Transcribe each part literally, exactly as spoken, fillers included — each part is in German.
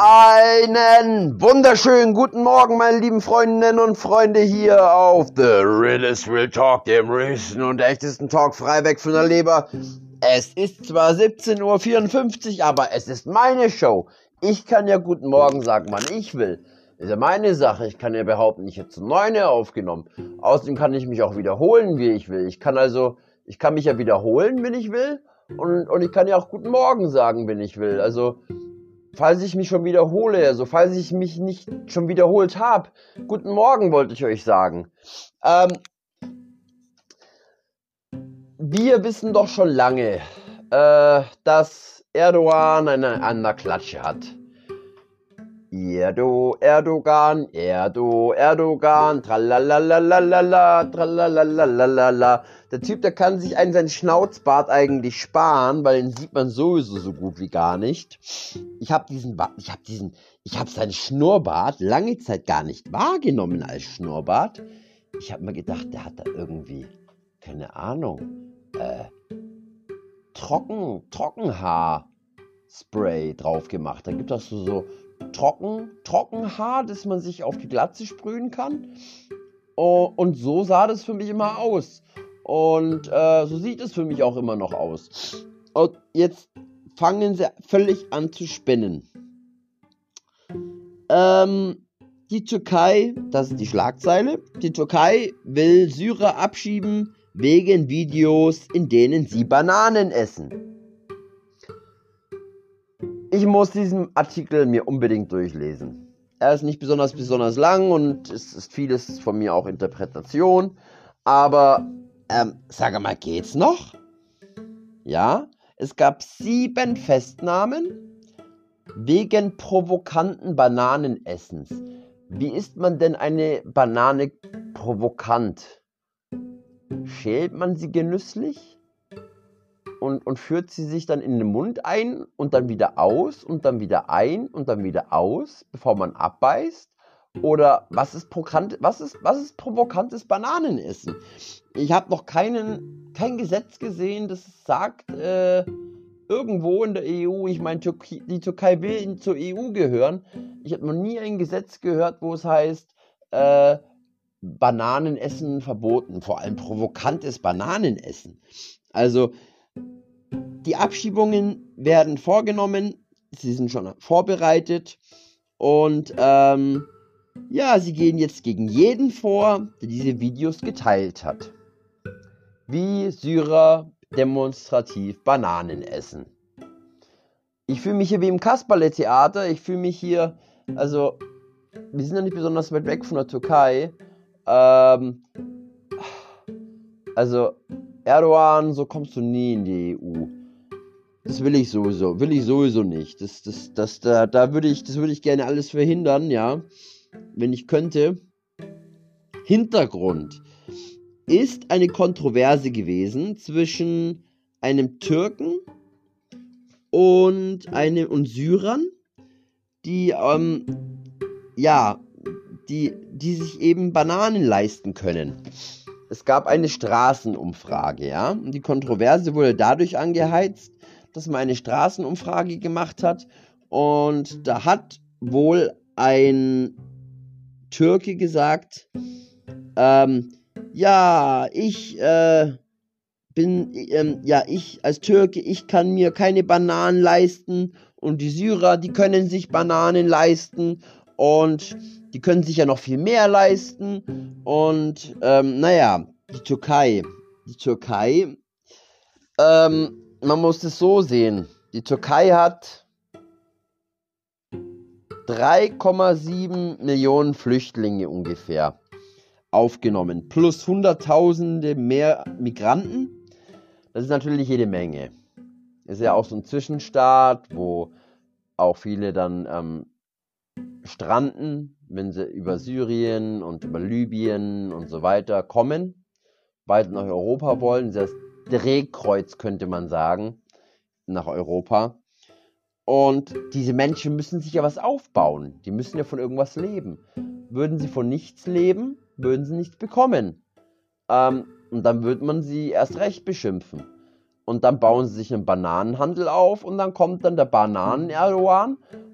Einen wunderschönen guten Morgen, meine lieben Freundinnen und Freunde hier auf The Realest Real Talk, dem realsten und echtesten Talk, frei weg von der Leber. Es ist zwar siebzehn Uhr vierundfünfzig, aber es ist meine Show. Ich kann ja guten Morgen sagen, wann ich will. Das ist ja meine Sache. Ich kann ja behaupten, ich hätte um neun Uhr aufgenommen. Außerdem kann ich mich auch wiederholen, wie ich will. Ich kann also, ich kann mich ja wiederholen, wenn ich will. Und, und ich kann ja auch guten Morgen sagen, wenn ich will. Also, falls ich mich schon wiederhole, also falls ich mich nicht schon wiederholt habe, guten Morgen wollte ich euch sagen. Ähm, wir wissen doch schon lange, äh, dass Erdogan eine an der Klatsche hat. Erdo, Erdogan, Erdo, Erdogan, tralalalalala, tralalalalala. Der Typ, der kann sich einen seinen Schnauzbart eigentlich sparen, weil den sieht man sowieso so gut wie gar nicht. Ich habe diesen, Bart, ich habe diesen, ich habe seinen Schnurrbart lange Zeit gar nicht wahrgenommen als Schnurrbart. Ich habe mir gedacht, der hat da irgendwie, keine Ahnung, äh, Trocken, Trockenhaarspray drauf gemacht. Da gibt es so, so Trocken, Trockenhaar, das man sich auf die Glatze sprühen kann. Oh, und so sah das für mich immer aus. Und äh, so sieht es für mich auch immer noch aus. Und jetzt fangen sie völlig an zu spinnen. Ähm, die Türkei, das ist die Schlagzeile, die Türkei will Syrer abschieben wegen Videos, in denen sie Bananen essen. Ich muss diesen Artikel mir unbedingt durchlesen. Er ist nicht besonders besonders lang und es ist vieles von mir auch Interpretation. Aber, ähm, sag mal, geht's noch? Ja, es gab sieben Festnahmen wegen provokanten Bananenessens. Wie isst man denn eine Banane provokant? Schält man sie genüsslich? Und, und führt sie sich dann in den Mund ein und dann wieder aus und dann wieder ein und dann wieder aus, bevor man abbeißt? Oder was ist, provokant, was ist, was ist provokantes Bananenessen? Ich habe noch keinen, kein Gesetz gesehen, das sagt, äh, irgendwo in der E U, ich meine, Türkei, die Türkei will zur E U gehören. Ich habe noch nie ein Gesetz gehört, wo es heißt, äh, Bananenessen verboten, vor allem provokantes Bananenessen. Also, die Abschiebungen werden vorgenommen, sie sind schon vorbereitet und ähm, ja, sie gehen jetzt gegen jeden vor, der diese Videos geteilt hat. Wie Syrer demonstrativ Bananen essen. Ich fühle mich hier wie im Kasperle-Theater, ich fühle mich hier, also, wir sind ja nicht besonders weit weg von der Türkei, ähm, also, Erdogan, so kommst du nie in die E U. Das will ich sowieso, will ich sowieso nicht. Das, das, das, da, da würde ich, das würde ich gerne alles verhindern, ja, wenn ich könnte. Hintergrund ist eine Kontroverse gewesen zwischen einem Türken und einem und Syrern, die, ähm, ja, die, die sich eben Bananen leisten können. Es gab eine Straßenumfrage, ja, und die Kontroverse wurde dadurch angeheizt, dass man eine Straßenumfrage gemacht hat und da hat wohl ein Türke gesagt, ähm, ja, ich äh, bin, ähm, ja, ich als Türke, ich kann mir keine Bananen leisten und die Syrer, die können sich Bananen leisten und die können sich ja noch viel mehr leisten und, ähm, naja, die Türkei, die Türkei, ähm, man muss es so sehen, die Türkei hat drei Komma sieben Millionen Flüchtlinge ungefähr aufgenommen, plus Hunderttausende mehr Migranten. Das ist natürlich jede Menge. Ist ja auch so ein Zwischenstaat, wo auch viele dann ähm, stranden, wenn sie über Syrien und über Libyen und so weiter kommen, weit nach Europa wollen. Das Drehkreuz könnte man sagen, nach Europa. Und diese Menschen müssen sich ja was aufbauen. Die müssen ja von irgendwas leben. Würden sie von nichts leben, würden sie nichts bekommen. Ähm, und dann würde man sie erst recht beschimpfen. Und dann bauen sie sich einen Bananenhandel auf und dann kommt dann der Bananen-Erdogan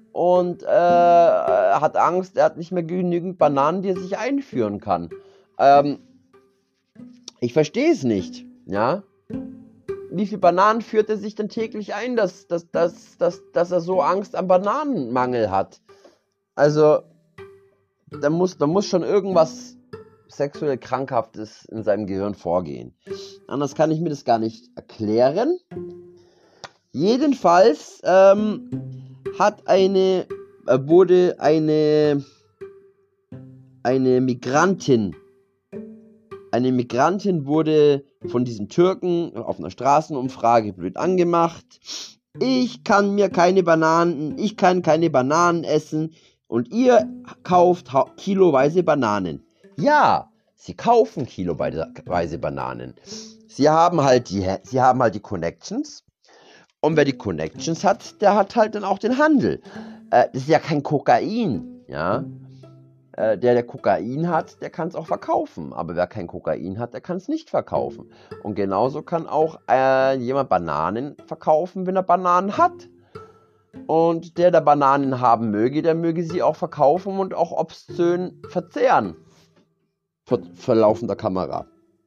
und äh, hat Angst, er hat nicht mehr genügend Bananen, die er sich einführen kann. Ähm, ich verstehe es nicht, ja. Wie viele Bananen führt er sich denn täglich ein, dass, dass, dass, dass, dass er so Angst am Bananenmangel hat? Also, da muss, da muss schon irgendwas sexuell Krankhaftes in seinem Gehirn vorgehen. Anders kann ich mir das gar nicht erklären. Jedenfalls ähm, hat eine, äh, wurde eine, eine Migrantin, eine Migrantin wurde von diesen Türken auf einer Straßenumfrage blöd angemacht. Ich kann mir keine Bananen, ich kann keine Bananen essen und ihr kauft kiloweise Bananen. Ja, sie kaufen kiloweise Bananen. Sie haben halt die, sie haben halt die Connections. Und wer die Connections hat, der hat halt dann auch den Handel. Äh, das ist ja kein Kokain, ja. Äh, der, der Kokain hat, der kann es auch verkaufen. Aber wer kein Kokain hat, der kann es nicht verkaufen. Und genauso kann auch äh, jemand Bananen verkaufen, wenn er Bananen hat. Und der, der Bananen haben möge, der möge sie auch verkaufen und auch obszön verzehren. Vor, vor laufender Kamera.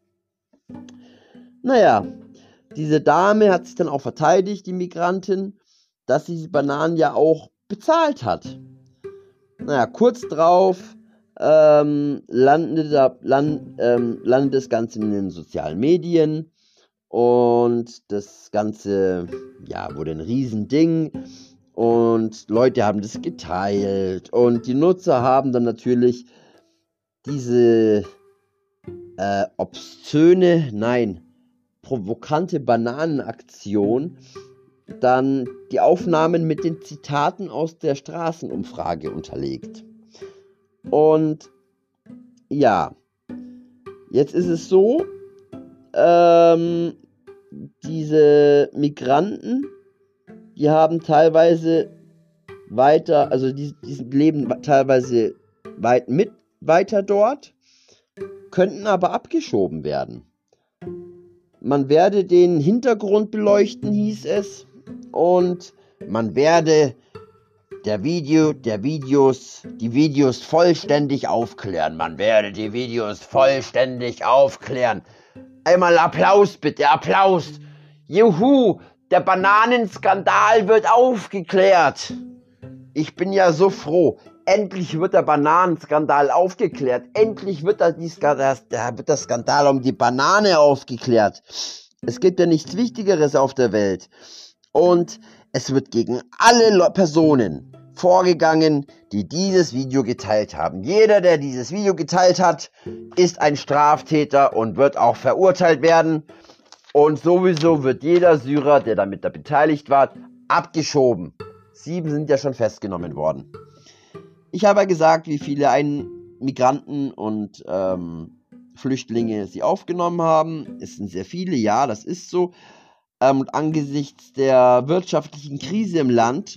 Naja. Diese Dame hat sich dann auch verteidigt, die Migrantin, dass sie die Bananen ja auch bezahlt hat. Naja, kurz drauf ähm, landet, da, land, ähm, landet das Ganze in den sozialen Medien und das Ganze ja, wurde ein Riesending und Leute haben das geteilt und die Nutzer haben dann natürlich diese äh, obszöne, nein, provokante Bananenaktion dann die Aufnahmen mit den Zitaten aus der Straßenumfrage unterlegt. Und ja, jetzt ist es so, ähm, diese Migranten, die haben teilweise weiter, also die, die leben teilweise weit mit weiter dort, könnten aber abgeschoben werden. Man werde den Hintergrund beleuchten, hieß es, und man werde der Video, der Videos, die Videos vollständig aufklären. Man werde die Videos vollständig aufklären. Einmal Applaus bitte, Applaus. Juhu, der Bananenskandal wird aufgeklärt. Ich bin ja so froh. Endlich wird der Bananenskandal aufgeklärt. Endlich wird, da die Skandal, da wird der Skandal um die Banane aufgeklärt. Es gibt ja nichts Wichtigeres auf der Welt. Und es wird gegen alle Personen vorgegangen, die dieses Video geteilt haben. Jeder, der dieses Video geteilt hat, ist ein Straftäter und wird auch verurteilt werden. Und sowieso wird jeder Syrer, der damit da beteiligt war, abgeschoben. Sieben sind ja schon festgenommen worden. Ich habe ja gesagt, wie viele ein Migranten und ähm, Flüchtlinge sie aufgenommen haben. Es sind sehr viele, ja, das ist so. Ähm, und angesichts der wirtschaftlichen Krise im Land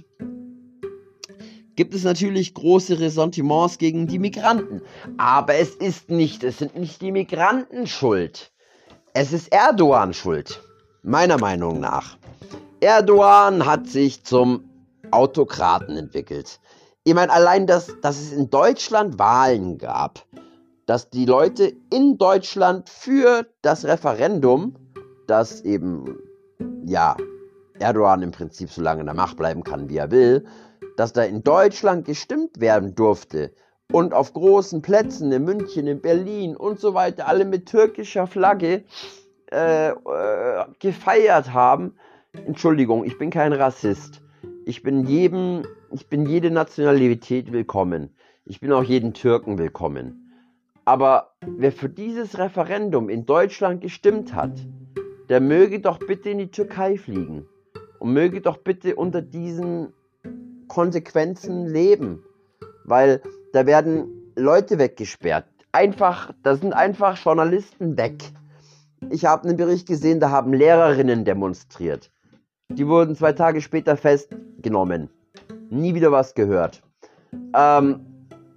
gibt es natürlich große Ressentiments gegen die Migranten. Aber es ist nicht, es sind nicht die Migranten schuld. Es ist Erdogan schuld, meiner Meinung nach. Erdogan hat sich zum Autokraten entwickelt. Ich meine, allein, dass, dass es in Deutschland Wahlen gab, dass die Leute in Deutschland für das Referendum, das eben, ja, Erdogan im Prinzip so lange in der Macht bleiben kann, wie er will, dass da in Deutschland gestimmt werden durfte und auf großen Plätzen in München, in Berlin und so weiter, alle mit türkischer Flagge äh, äh, gefeiert haben. Entschuldigung, ich bin kein Rassist. Ich bin jedem, ich bin jede Nationalität willkommen. Ich bin auch jeden Türken willkommen. Aber wer für dieses Referendum in Deutschland gestimmt hat, der möge doch bitte in die Türkei fliegen. Und möge doch bitte unter diesen Konsequenzen leben. Weil da werden Leute weggesperrt. Einfach, da sind einfach Journalisten weg. Ich habe einen Bericht gesehen, da haben Lehrerinnen demonstriert. Die wurden zwei Tage später festgenommen. Nie wieder was gehört. Ähm,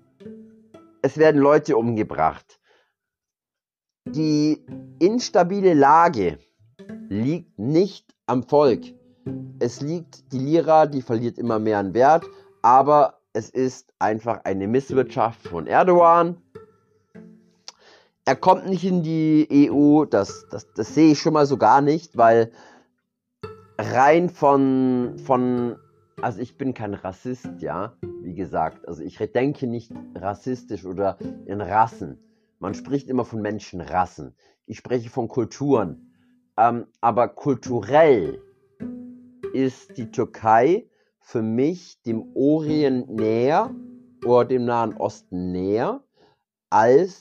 es werden Leute umgebracht. Die instabile Lage liegt nicht am Volk. Es liegt, die Lira, die verliert immer mehr an Wert. aber es ist einfach eine Misswirtschaft von Erdogan. Er kommt nicht in die E U, das, das, das sehe ich schon mal so gar nicht, weil rein von, von, also ich bin kein Rassist, ja, wie gesagt, also ich denke nicht rassistisch oder in Rassen. Man spricht immer von Menschenrassen. Ich spreche von Kulturen. Ähm, aber kulturell ist die Türkei für mich dem Orient näher oder dem Nahen Osten näher als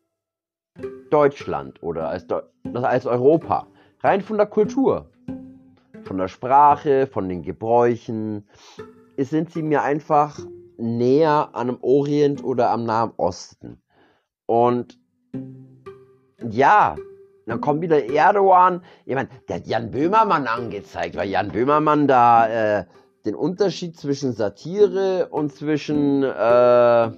Deutschland oder als, Deu- als Europa. Rein von der Kultur, von der Sprache, von den Gebräuchen, sind sie mir einfach näher an dem Orient oder am Nahen Osten. Und ja, dann kommt wieder Erdogan. Ich meine, der hat Jan Böhmermann angezeigt, weil Jan Böhmermann da äh, den Unterschied zwischen Satire und zwischen, äh,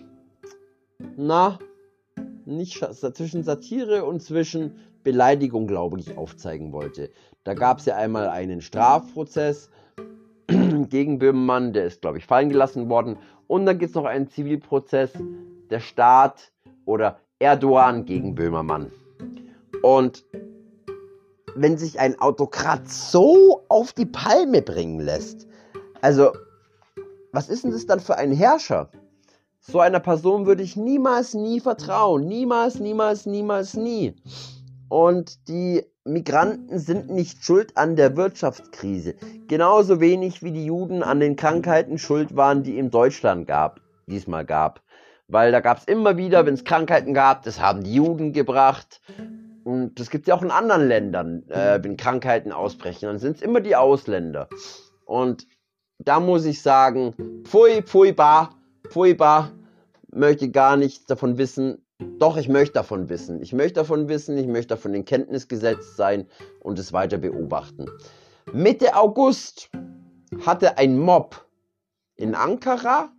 na, nicht zwischen Satire und zwischen Beleidigung, glaube ich, aufzeigen wollte. Da gab es ja einmal einen Strafprozess gegen Böhmermann, der ist, glaube ich, fallen gelassen worden. Und dann gibt es noch einen Zivilprozess, der Staat oder Erdogan gegen Böhmermann. Und wenn sich ein Autokrat so auf die Palme bringen lässt, also, was ist denn das dann für ein Herrscher? So einer Person würde ich niemals, nie vertrauen. Niemals, niemals, niemals, nie. Und die Migranten sind nicht schuld an der Wirtschaftskrise. Genauso wenig wie die Juden an den Krankheiten schuld waren, die in Deutschland gab, diesmal gab. Weil da gab es immer wieder, wenn es Krankheiten gab, das haben die Juden gebracht. Und das gibt es ja auch in anderen Ländern, äh, wenn Krankheiten ausbrechen, dann sind es immer die Ausländer. Und da muss ich sagen, pfui, pfui, bar, pfui, bar, möchte gar nichts davon wissen. Doch, ich möchte davon wissen. Ich möchte davon wissen, ich möchte davon in Kenntnis gesetzt sein und es weiter beobachten. Mitte August hatte ein Mob in Ankara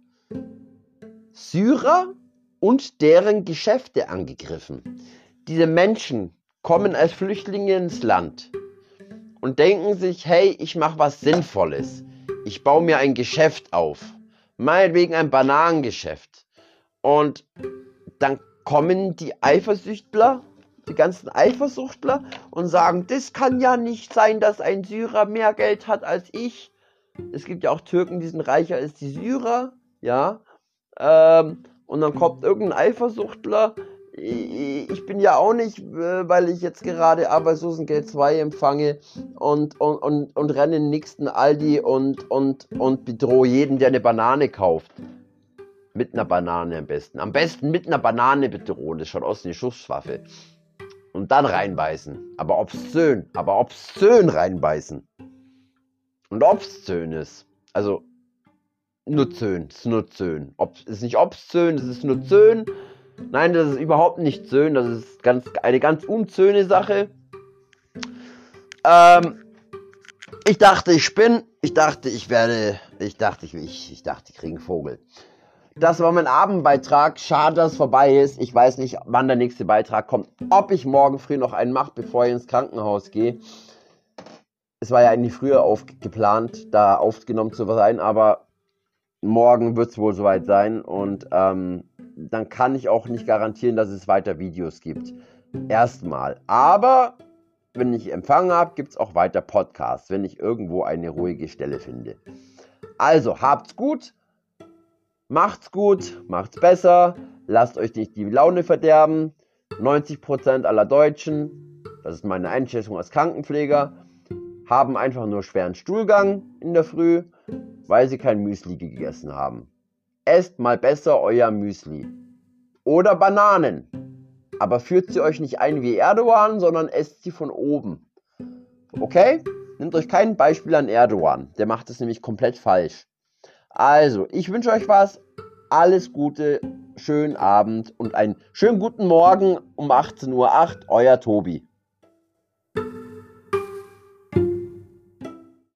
Syrer und deren Geschäfte angegriffen. Diese Menschen kommen als Flüchtlinge ins Land und denken sich, hey, ich mache was Sinnvolles. Ich baue mir ein Geschäft auf. Meinetwegen ein Bananengeschäft. Und dann kommen die Eifersüchtler, die ganzen Eifersuchtler und sagen, das kann ja nicht sein, dass ein Syrer mehr Geld hat als ich. Es gibt ja auch Türken, die sind reicher als die Syrer, ja. Ähm, und dann kommt irgendein Eifersuchtler. Ich bin ja auch nicht, weil ich jetzt gerade Arbeitslosengeld zwei empfange und, und, und, und renne in den nächsten Aldi und, und, und bedrohe jeden, der eine Banane kauft. Mit einer Banane am besten. Am besten mit einer Banane bedrohen. Das schaut aus wie eine Schusswaffe. Und dann reinbeißen. Aber obszön. Aber obszön reinbeißen. Und obszön ist. Also, nur zön. Es ist nur zön. Ob, es ist nicht obszön, es ist nur zön. Nein, das ist überhaupt nicht zön. Das ist ganz, eine ganz unzöne Sache. Ähm, ich dachte, ich spinne. Ich dachte, ich werde. Ich dachte, ich, ich, ich dachte, ich kriege einen Vogel. Das war mein Abendbeitrag. Schade, dass es vorbei ist. Ich weiß nicht, wann der nächste Beitrag kommt. Ob ich morgen früh noch einen mache, bevor ich ins Krankenhaus gehe. Es war ja eigentlich früher geplant, da aufgenommen zu sein, aber morgen wird es wohl soweit sein. Und ähm, dann kann ich auch nicht garantieren, dass es weiter Videos gibt. Erstmal. Aber wenn ich Empfang habe, gibt es auch weiter Podcasts, wenn ich irgendwo eine ruhige Stelle finde. Also, habt's gut. Macht's gut, macht's besser, lasst euch nicht die Laune verderben. neunzig Prozent aller Deutschen, das ist meine Einschätzung als Krankenpfleger, haben einfach nur schweren Stuhlgang in der Früh, weil sie kein Müsli gegessen haben. Esst mal besser euer Müsli. Oder Bananen. Aber führt sie euch nicht ein wie Erdogan, sondern esst sie von oben. Okay? Nehmt euch kein Beispiel an Erdogan, der macht es nämlich komplett falsch. Also, ich wünsche euch was, alles Gute, schönen Abend und einen schönen guten Morgen um achtzehn Uhr acht, euer Tobi.